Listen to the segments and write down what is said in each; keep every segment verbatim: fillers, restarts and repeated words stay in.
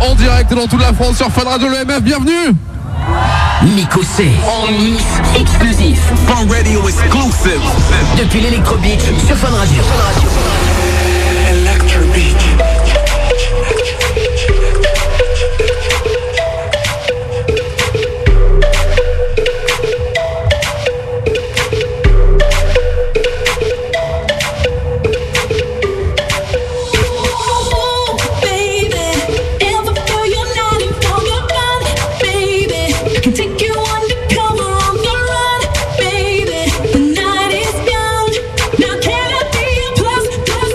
en direct dans toute la France sur Fun Radio, le M F, bienvenue. Nico C en mix exclusif. Fun Radio exclusive. Depuis l'Electro Beach sur Fun Radio. Electro Beach. Now can I be a plus, plus?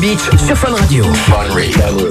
Beach sur Fun Radio. Fun Radio.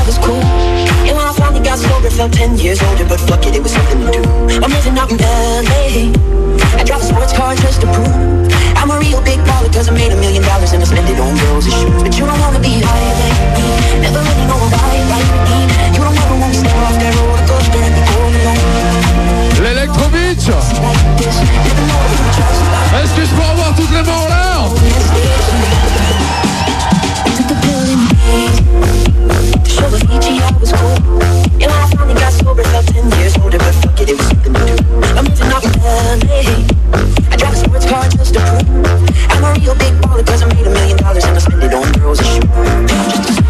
was cool. And when I finally got sober, felt ten years older, but fuck it, it was something to do. I'm living out in L A. I drive a sports car just to prove I'm a real big baller, cause I made a million dollars and I spend it on girls and shoes. But you don't wanna be high like me, never really know why like me. You don't ever wanna step off that roller coaster and be all alone. L'Electro Beach. Est-ce que je peux avoir toutes les mains en l'air? Show Avicii, I was cool. And when I finally got sober, felt ten years older, but fuck it, it was something to do. I'm living out in L A. I drive a sports car just to prove I'm a real big baller, cause I made a million dollars and I spend it on girls and shoes.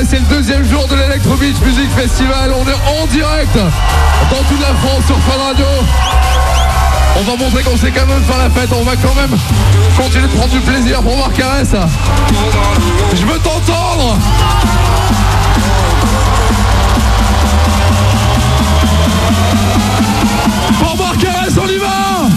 c'est le deuxième jour de l'Electro Beach Music Festival. On est en direct dans toute la France sur Fun Radio. On va montrer qu'on sait quand même faire la fête. On va quand même continuer de prendre du plaisir pour Marc Carès. Je veux t'entendre. Pour Marc Carès, on y va.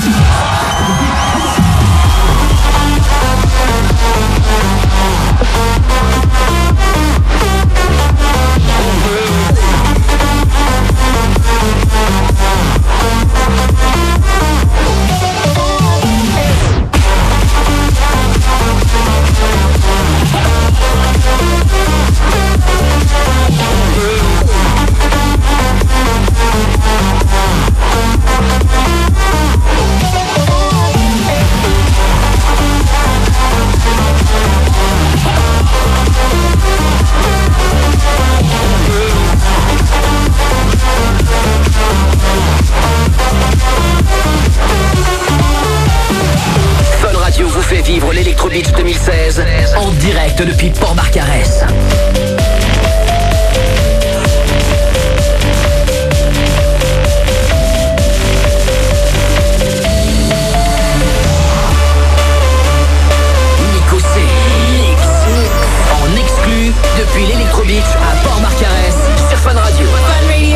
Vous fait vivre l'Electro Beach deux mille seize en direct depuis Port-Marcarès. Nico C. Mix. En exclu depuis l'Electro Beach à Port-Marcarès sur Fun Radio. Fun Radio.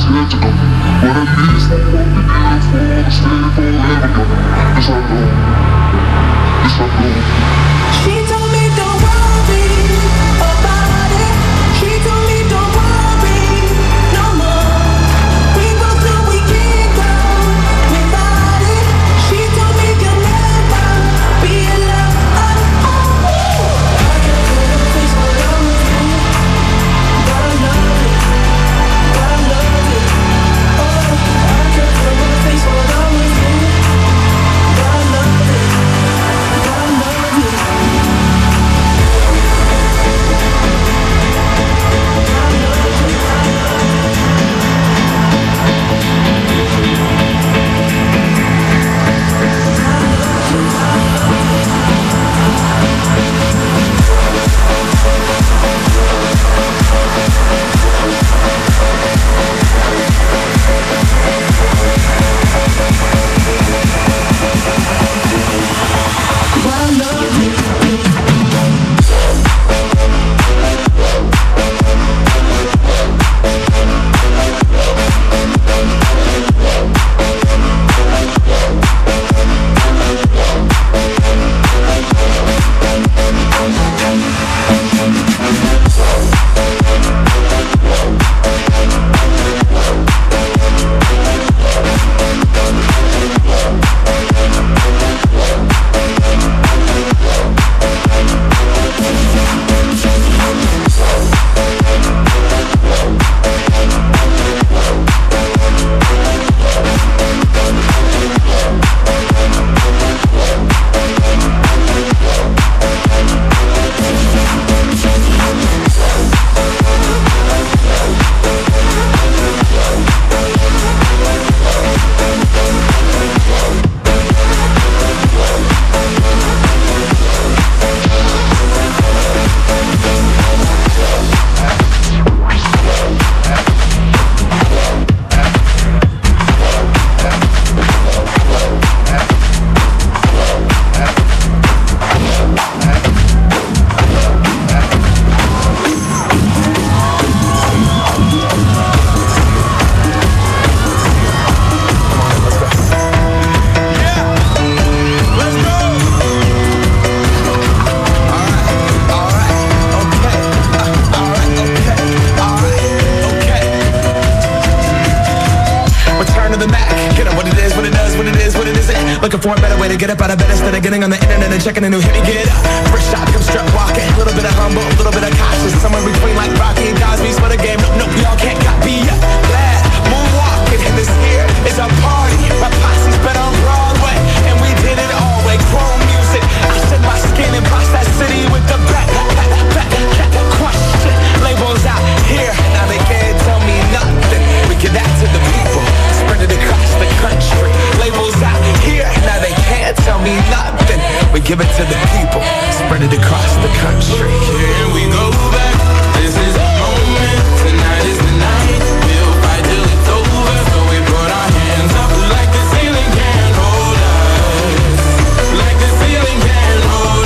Looking for a better way to get up out of bed instead of getting on the internet and checking a new hit. Me get up, first shot, come strut walking. A little bit of humble, a little bit of cautious. Somewhere between like Rocky and Cosby's for the game. Nope, nope, y'all can't copy up. Glad moonwalking, and this here is a party. My posse's been on Broadway, and we did it all way. Chrome music, I shed my skin and box that city with the back, back, back, back, question. Labels out here, now they can't tell me nothing. We give that to the people, spread it across the country. Labels out here, now they can't tell me nothing. We give it to the people, spread it across the country. Here we go back, this is the moment. Tonight is the night, we'll fight till it's over. So we put our hands up like the ceiling can't hold us. Like the ceiling can't hold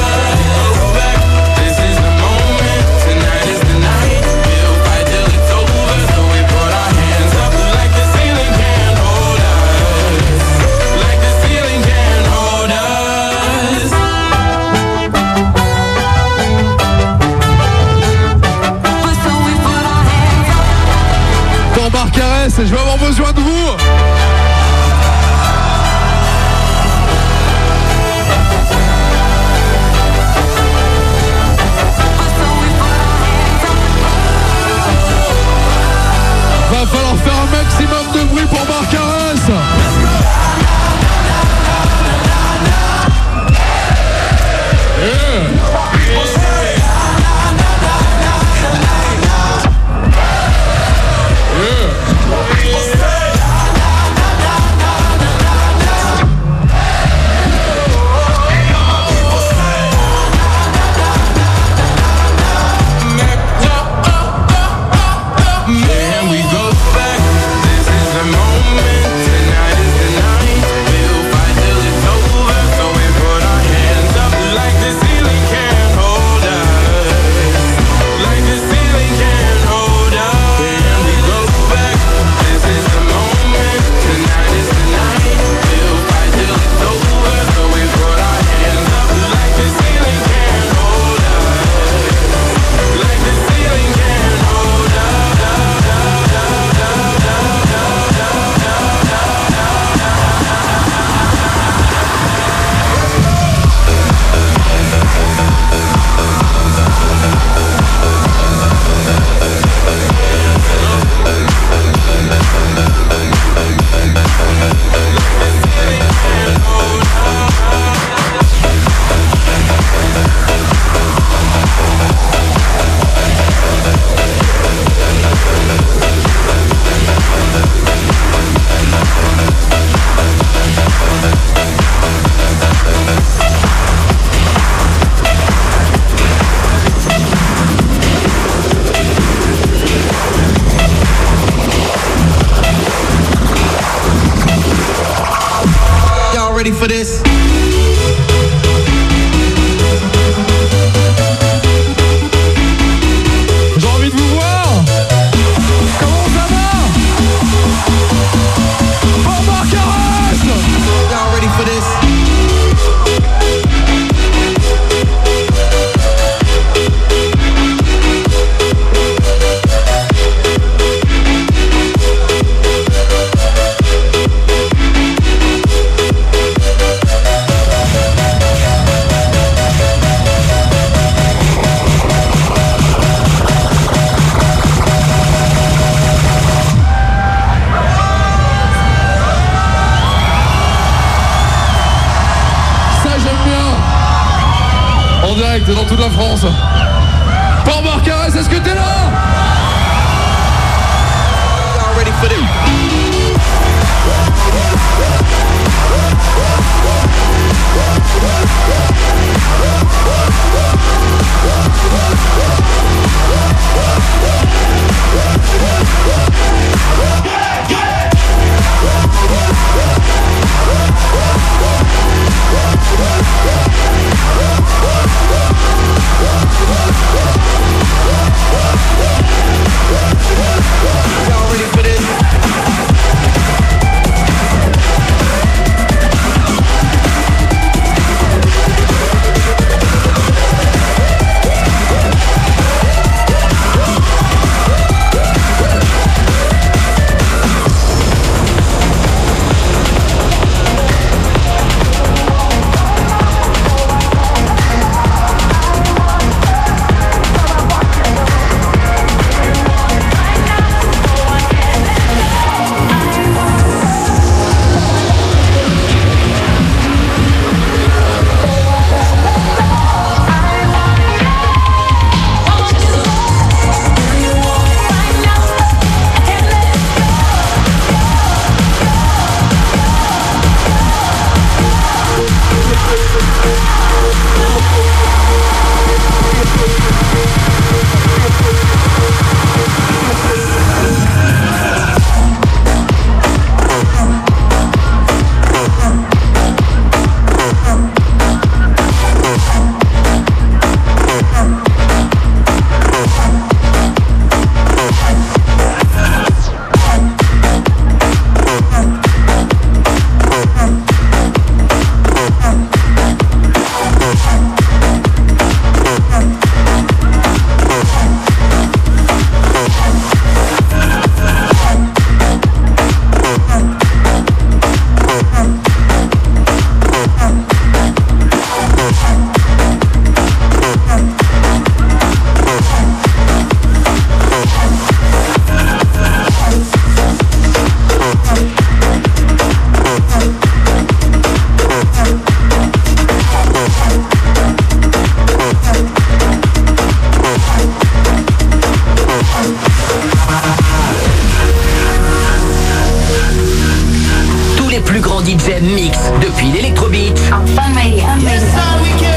us. Go back, this is the moment. Tonight is the night, we'll fight till it's over. So we put our hands up like the ceiling can't hold us. Like the ceiling can't hold us. Port Barcarès, je vais avoir besoin de vous. Va falloir faire un maximum de bruit pour Barcarès. Yeah. Then we go back, this is the moment. ready for this? J'ai envie de vous voir. Comment ça va? Port Marquarès. Y'all ready for this? En direct dans toute la France. Port Marquarès, est-ce que t'es là? Y'all ready for this? Y'all ready for this? Tous les plus grands D J mix depuis l'Electro Beach. On Fun Radio. Yes, sir, we can.